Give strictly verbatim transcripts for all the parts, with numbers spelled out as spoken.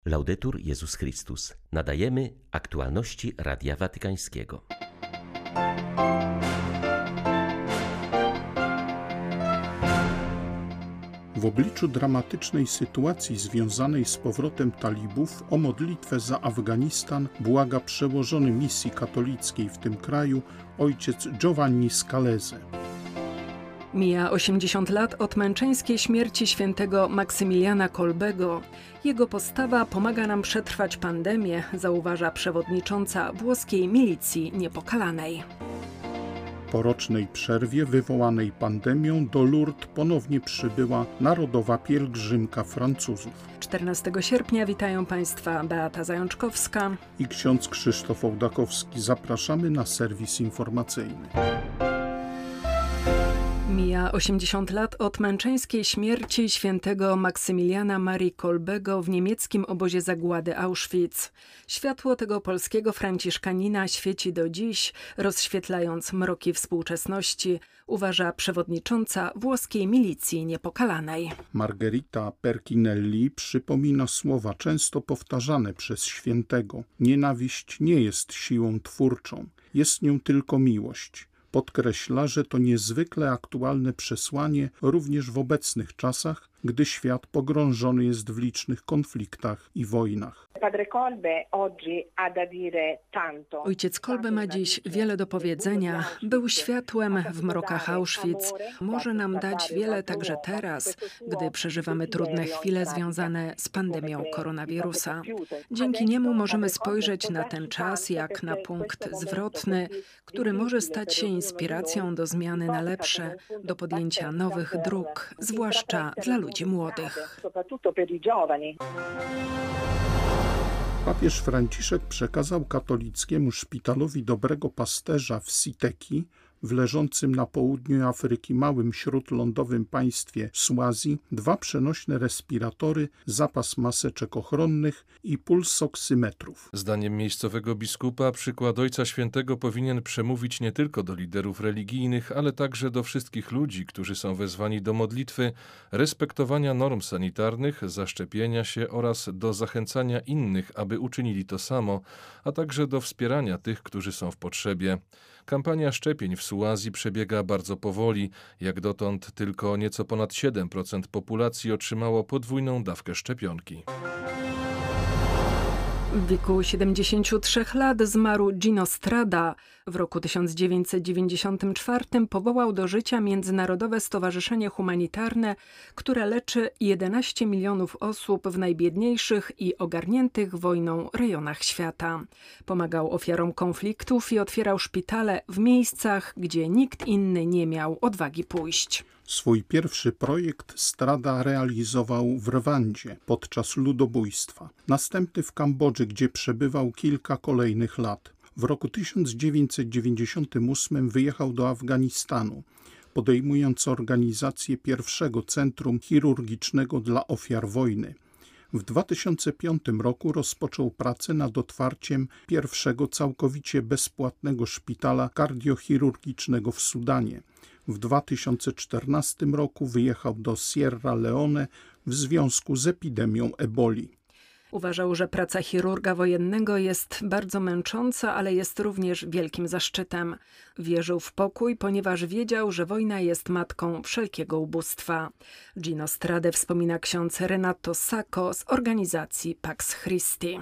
Laudetur Jezus Chrystus. Nadajemy aktualności Radia Watykańskiego. W obliczu dramatycznej sytuacji związanej z powrotem talibów o modlitwę za Afganistan błaga przełożony misji katolickiej w tym kraju ojciec Giovanni Scalese. Mija osiemdziesiąt lat od męczeńskiej śmierci świętego Maksymiliana Kolbego. Jego postawa pomaga nam przetrwać pandemię, zauważa przewodnicząca włoskiej milicji niepokalanej. Po rocznej przerwie wywołanej pandemią do Lourdes ponownie przybyła narodowa pielgrzymka Francuzów. czternastego sierpnia witają Państwa Beata Zajączkowska i ksiądz Krzysztof Ołdakowski. Zapraszamy na serwis informacyjny. Mija osiemdziesiąt lat od męczeńskiej śmierci świętego Maksymiliana Marii Kolbego w niemieckim obozie zagłady Auschwitz. Światło tego polskiego franciszkanina świeci do dziś, rozświetlając mroki współczesności, uważa przewodnicząca włoskiej milicji niepokalanej. Margherita Perkinelli przypomina słowa często powtarzane przez świętego. Nienawiść nie jest siłą twórczą, jest nią tylko miłość. Podkreśla, że to niezwykle aktualne przesłanie również w obecnych czasach, gdy świat pogrążony jest w licznych konfliktach i wojnach. Ojciec Kolbe ma dziś wiele do powiedzenia. Był światłem w mrokach Auschwitz. Może nam dać wiele także teraz, gdy przeżywamy trudne chwile związane z pandemią koronawirusa. Dzięki niemu możemy spojrzeć na ten czas jak na punkt zwrotny, który może stać się inspiracją do zmiany na lepsze, do podjęcia nowych dróg, zwłaszcza dla ludzi młodych. Papież Franciszek przekazał katolickiemu szpitalowi Dobrego Pasterza w Siteki, w leżącym na południu Afryki małym śródlądowym państwie Swazi, dwa przenośne respiratory, zapas maseczek ochronnych i pulsoksymetrów. Zdaniem miejscowego biskupa przykład Ojca Świętego powinien przemówić nie tylko do liderów religijnych, ale także do wszystkich ludzi, którzy są wezwani do modlitwy, respektowania norm sanitarnych, zaszczepienia się oraz do zachęcania innych, aby uczynili to samo, a także do wspierania tych, którzy są w potrzebie. Kampania szczepień w Suazji przebiega bardzo powoli. Jak dotąd tylko nieco ponad siedem procent populacji otrzymało podwójną dawkę szczepionki. W wieku siedemdziesięciu trzech lat zmarł Gino Strada. W roku tysiąc dziewięćset dziewięćdziesiątym czwartym powołał do życia Międzynarodowe Stowarzyszenie Humanitarne, które leczy jedenaście milionów osób w najbiedniejszych i ogarniętych wojną rejonach świata. Pomagał ofiarom konfliktów i otwierał szpitale w miejscach, gdzie nikt inny nie miał odwagi pójść. Swój pierwszy projekt Strada realizował w Rwandzie podczas ludobójstwa. Następny w Kambodży, gdzie przebywał kilka kolejnych lat. W roku tysiąc dziewięćset dziewięćdziesiątym ósmym wyjechał do Afganistanu, podejmując organizację pierwszego centrum chirurgicznego dla ofiar wojny. W dwa tysiące piątym roku rozpoczął pracę nad otwarciem pierwszego całkowicie bezpłatnego szpitala kardiochirurgicznego w Sudanie. W dwa tysiące czternastym roku wyjechał do Sierra Leone w związku z epidemią eboli. Uważał, że praca chirurga wojennego jest bardzo męcząca, ale jest również wielkim zaszczytem. Wierzył w pokój, ponieważ wiedział, że wojna jest matką wszelkiego ubóstwa. Gino Stradę wspomina ksiądz Renato Sacco z organizacji Pax Christi.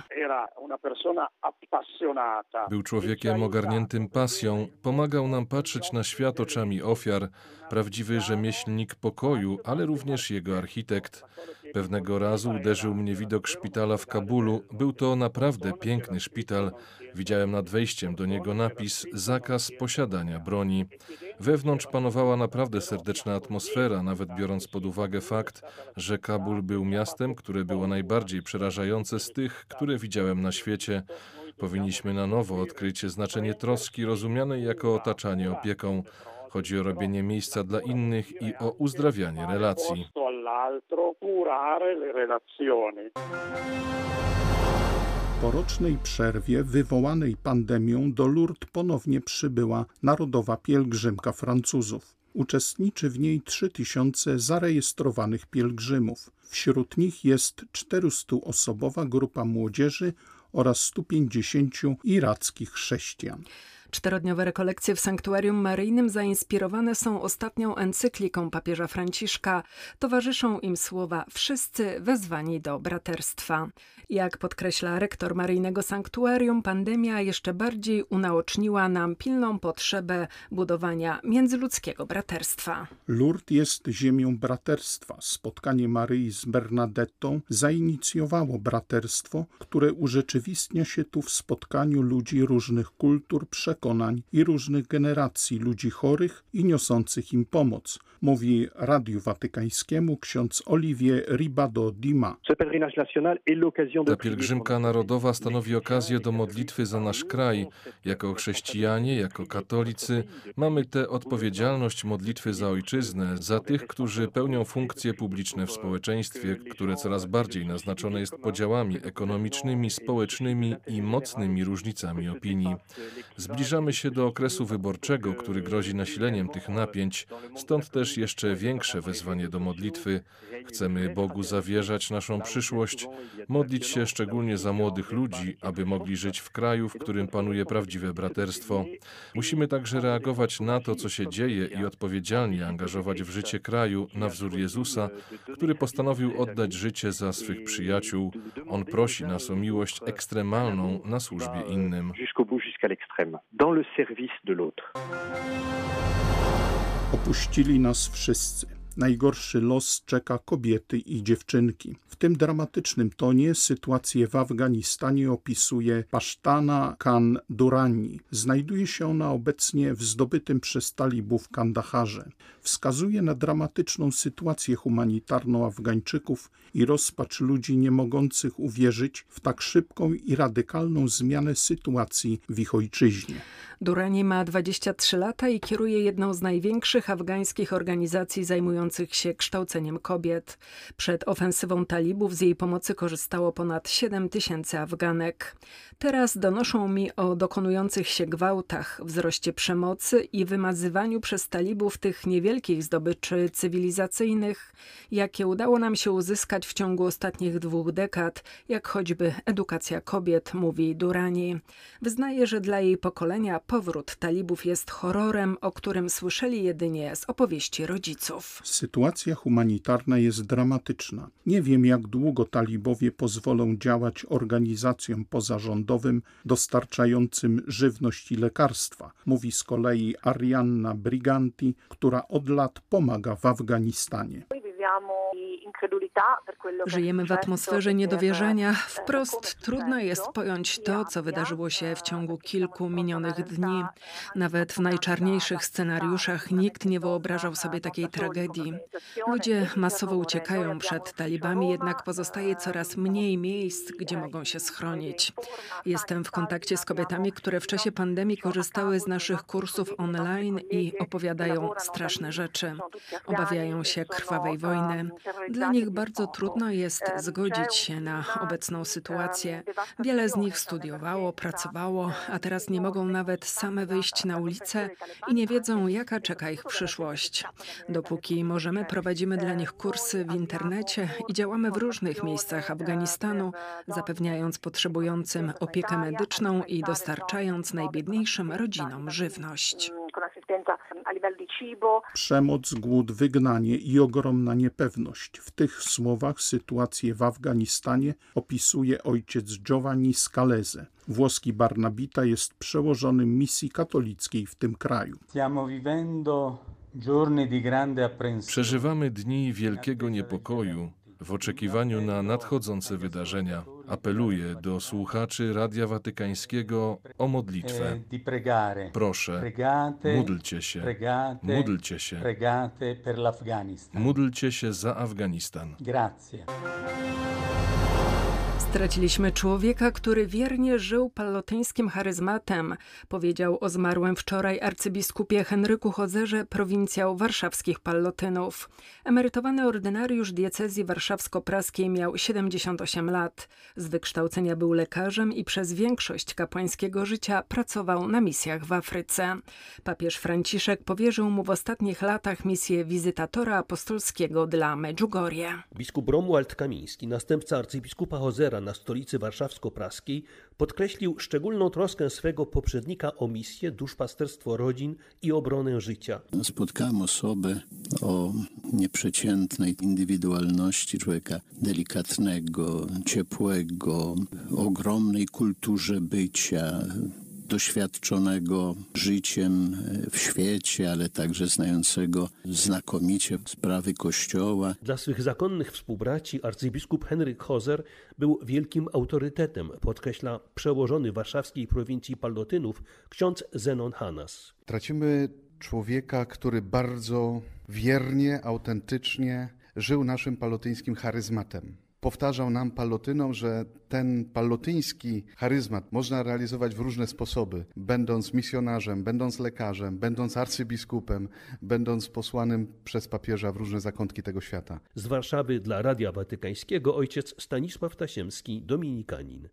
Był człowiekiem ogarniętym pasją, pomagał nam patrzeć na świat oczami ofiar, prawdziwy rzemieślnik pokoju, ale również jego architekt. Pewnego razu uderzył mnie widok szpitala w Kabulu. Był to naprawdę piękny szpital. Widziałem nad wejściem do niego napis „Zakaz posiadania broni”. Wewnątrz panowała naprawdę serdeczna atmosfera, nawet biorąc pod uwagę fakt, że Kabul był miastem, które było najbardziej przerażające z tych, które widziałem na świecie. Powinniśmy na nowo odkryć znaczenie troski rozumianej jako otaczanie opieką. Chodzi o robienie miejsca dla innych i o uzdrawianie relacji. Po rocznej przerwie wywołanej pandemią do Lourdes ponownie przybyła narodowa pielgrzymka Francuzów. Uczestniczy w niej trzy tysiące zarejestrowanych pielgrzymów. Wśród nich jest czterystoosobowa grupa młodzieży oraz stu pięćdziesięciu irackich chrześcijan. Czterodniowe rekolekcje w Sanktuarium Maryjnym zainspirowane są ostatnią encykliką papieża Franciszka. Towarzyszą im słowa wszyscy wezwani do braterstwa. Jak podkreśla rektor Maryjnego Sanktuarium, pandemia jeszcze bardziej unaoczniła nam pilną potrzebę budowania międzyludzkiego braterstwa. Lourdes jest ziemią braterstwa. Spotkanie Maryi z Bernadettą zainicjowało braterstwo, które urzeczywistnia się tu w spotkaniu ludzi różnych kultur, przekonań i różnych generacji, ludzi chorych i niosących im pomoc, mówi Radiu Watykańskiemu ksiądz Olivier Ribado-Dima. Ta pielgrzymka narodowa stanowi okazję do modlitwy za nasz kraj. Jako chrześcijanie, jako katolicy mamy tę odpowiedzialność modlitwy za ojczyznę, za tych, którzy pełnią funkcje publiczne w społeczeństwie, które coraz bardziej naznaczone jest podziałami ekonomicznymi, społecznymi i mocnymi różnicami opinii. Zbliżamy się do okresu wyborczego, który grozi nasileniem tych napięć, stąd też jeszcze większe wezwanie do modlitwy. Chcemy Bogu zawierzać naszą przyszłość, modlić się szczególnie za młodych ludzi, aby mogli żyć w kraju, w którym panuje prawdziwe braterstwo. Musimy także reagować na to, co się dzieje i odpowiedzialnie angażować w życie kraju na wzór Jezusa, który postanowił oddać życie za swych przyjaciół. On prosi nas o miłość ekstremalną na służbie innym. Opuścili nas wszyscy. Najgorszy los czeka kobiety i dziewczynki. W tym dramatycznym tonie sytuację w Afganistanie opisuje Pashtana Khan Durrani. Znajduje się ona obecnie w zdobytym przez talibów Kandaharze. Wskazuje na dramatyczną sytuację humanitarną Afgańczyków i rozpacz ludzi nie mogących uwierzyć w tak szybką i radykalną zmianę sytuacji w ich ojczyźnie. Durrani ma dwadzieścia trzy lata i kieruje jedną z największych afgańskich organizacji zajmujących się kształceniem kobiet. Przed ofensywą talibów z jej pomocy korzystało ponad siedem tysięcy Afganek. Teraz donoszą mi o dokonujących się gwałtach, wzroście przemocy i wymazywaniu przez talibów tych niewielkich zdobyczy cywilizacyjnych, jakie udało nam się uzyskać w ciągu ostatnich dwóch dekad, jak choćby edukacja kobiet, mówi Durrani. Wyznaje, że dla jej pokolenia powrót talibów jest horrorem, o którym słyszeli jedynie z opowieści rodziców. Sytuacja humanitarna jest dramatyczna. Nie wiem, jak długo talibowie pozwolą działać organizacjom pozarządowym dostarczającym żywność i lekarstwa, mówi z kolei Arianna Briganti, która od lat pomaga w Afganistanie. Żyjemy w atmosferze niedowierzania. Wprost trudno jest pojąć to, co wydarzyło się w ciągu kilku minionych dni. Nawet w najczarniejszych scenariuszach nikt nie wyobrażał sobie takiej tragedii. Ludzie masowo uciekają przed talibami, jednak pozostaje coraz mniej miejsc, gdzie mogą się schronić. Jestem w kontakcie z kobietami, które w czasie pandemii korzystały z naszych kursów online i opowiadają straszne rzeczy. Obawiają się krwawej wojny. Dla nich bardzo trudno jest zgodzić się na obecną sytuację. Wiele z nich studiowało, pracowało, a teraz nie mogą nawet same wyjść na ulicę i nie wiedzą, jaka czeka ich przyszłość. Dopóki możemy, prowadzimy dla nich kursy w internecie i działamy w różnych miejscach Afganistanu, zapewniając potrzebującym opiekę medyczną i dostarczając najbiedniejszym rodzinom żywność. Przemoc, głód, wygnanie i ogromna niepewność. W tych słowach sytuację w Afganistanie opisuje ojciec Giovanni Scalese. Włoski Barnabita jest przełożonym misji katolickiej w tym kraju. Przeżywamy dni wielkiego niepokoju w oczekiwaniu na nadchodzące wydarzenia. Apeluję do słuchaczy Radia Watykańskiego o modlitwę. Proszę, módlcie się, módlcie się, módlcie się za Afganistan. Straciliśmy człowieka, który wiernie żył pallotyńskim charyzmatem, powiedział o zmarłym wczoraj arcybiskupie Henryku Hozerze, prowincjał warszawskich Pallotynów. Emerytowany ordynariusz diecezji warszawsko-praskiej miał siedemdziesiąt osiem lat. Z wykształcenia był lekarzem i przez większość kapłańskiego życia pracował na misjach w Afryce. Papież Franciszek powierzył mu w ostatnich latach misję wizytatora apostolskiego dla Medjugorje. Biskup Romuald Kamiński, następca arcybiskupa Hozera na stolicy warszawsko-praskiej, podkreślił szczególną troskę swego poprzednika o misję, duszpasterstwo rodzin i obronę życia. Spotkałem osobę o nieprzeciętnej indywidualności człowieka, delikatnego, ciepłego, o ogromnej kulturze bycia, doświadczonego życiem w świecie, ale także znającego znakomicie sprawy Kościoła. Dla swych zakonnych współbraci arcybiskup Henryk Hozer był wielkim autorytetem, podkreśla przełożony warszawskiej prowincji Pallotynów ksiądz Zenon Hanas. Tracimy człowieka, który bardzo wiernie, autentycznie żył naszym pallotyńskim charyzmatem. Powtarzał nam, Pallotynom, że ten pallotyński charyzmat można realizować w różne sposoby, będąc misjonarzem, będąc lekarzem, będąc arcybiskupem, będąc posłanym przez papieża w różne zakątki tego świata. Z Warszawy dla Radia Watykańskiego ojciec Stanisław Tasiemski, dominikanin.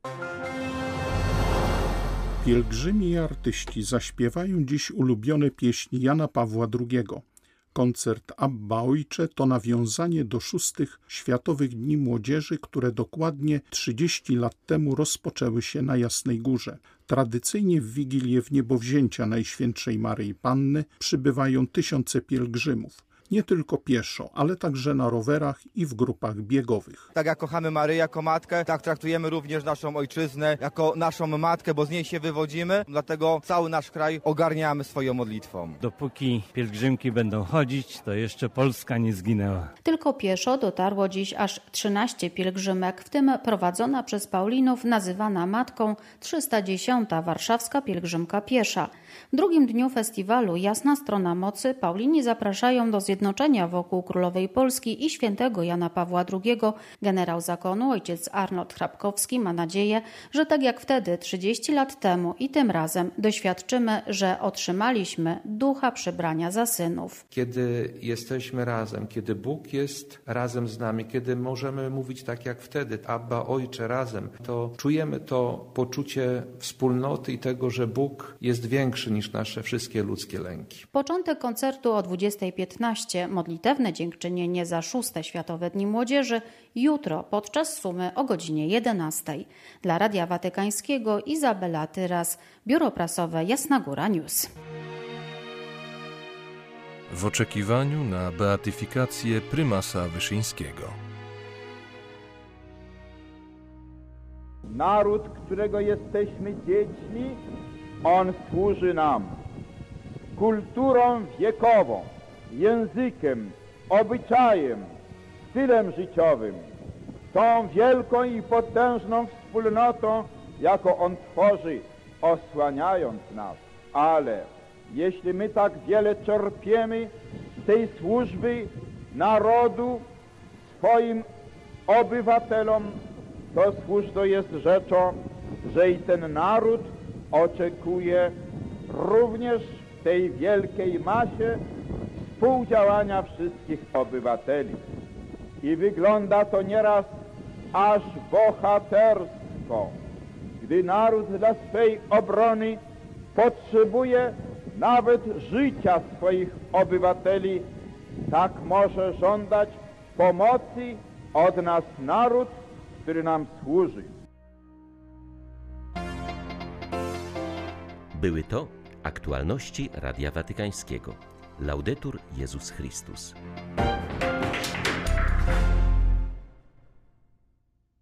Pielgrzymi i artyści zaśpiewają dziś ulubione pieśni Jana Pawła drugiego. Koncert Abba Ojcze to nawiązanie do szóstych Światowych Dni Młodzieży, które dokładnie trzydzieści lat temu rozpoczęły się na Jasnej Górze. Tradycyjnie w Wigilię w Niebowzięcia Najświętszej Maryi Panny przybywają tysiące pielgrzymów. Nie tylko pieszo, ale także na rowerach i w grupach biegowych. Tak jak kochamy Maryję jako matkę, tak traktujemy również naszą ojczyznę jako naszą matkę, bo z niej się wywodzimy. Dlatego cały nasz kraj ogarniamy swoją modlitwą. Dopóki pielgrzymki będą chodzić, to jeszcze Polska nie zginęła. Tylko pieszo dotarło dziś aż trzynaście pielgrzymek, w tym prowadzona przez Paulinów, nazywana matką trzysta dziesiąta warszawska pielgrzymka piesza. W drugim dniu festiwalu Jasna Strona Mocy Paulini zapraszają do zjednoczenia wokół Królowej Polski i świętego Jana Pawła drugiego. Generał zakonu, ojciec Arnold Hrabkowski, ma nadzieję, że tak jak wtedy, trzydzieści lat temu i tym razem doświadczymy, że otrzymaliśmy ducha przybrania za synów. Kiedy jesteśmy razem, kiedy Bóg jest razem z nami, kiedy możemy mówić tak jak wtedy, Abba, Ojcze, razem, to czujemy to poczucie wspólnoty i tego, że Bóg jest większy niż nasze wszystkie ludzkie lęki. Początek koncertu o dwudziestej piętnaście, modlitewne dziękczynienie za szóste Światowe Dni Młodzieży jutro podczas sumy o godzinie jedenastej. Dla Radia Watykańskiego Izabela Tyras, Biuro Prasowe Jasna Góra News. W oczekiwaniu na beatyfikację prymasa Wyszyńskiego. Naród, którego jesteśmy dziećmi, on służy nam kulturą wiekową, językiem, obyczajem, stylem życiowym, tą wielką i potężną wspólnotą, jaką on tworzy, osłaniając nas. Ale jeśli my tak wiele czerpiemy z tej służby narodu swoim obywatelom, to słuszną jest rzeczą, że i ten naród oczekuje również w tej wielkiej masie współdziałania wszystkich obywateli. I wygląda to nieraz aż bohatersko, gdy naród dla swej obrony potrzebuje nawet życia swoich obywateli, tak może żądać pomocy od nas naród, który nam służy. Były to aktualności Radia Watykańskiego. Laudetur Jezus Chrystus.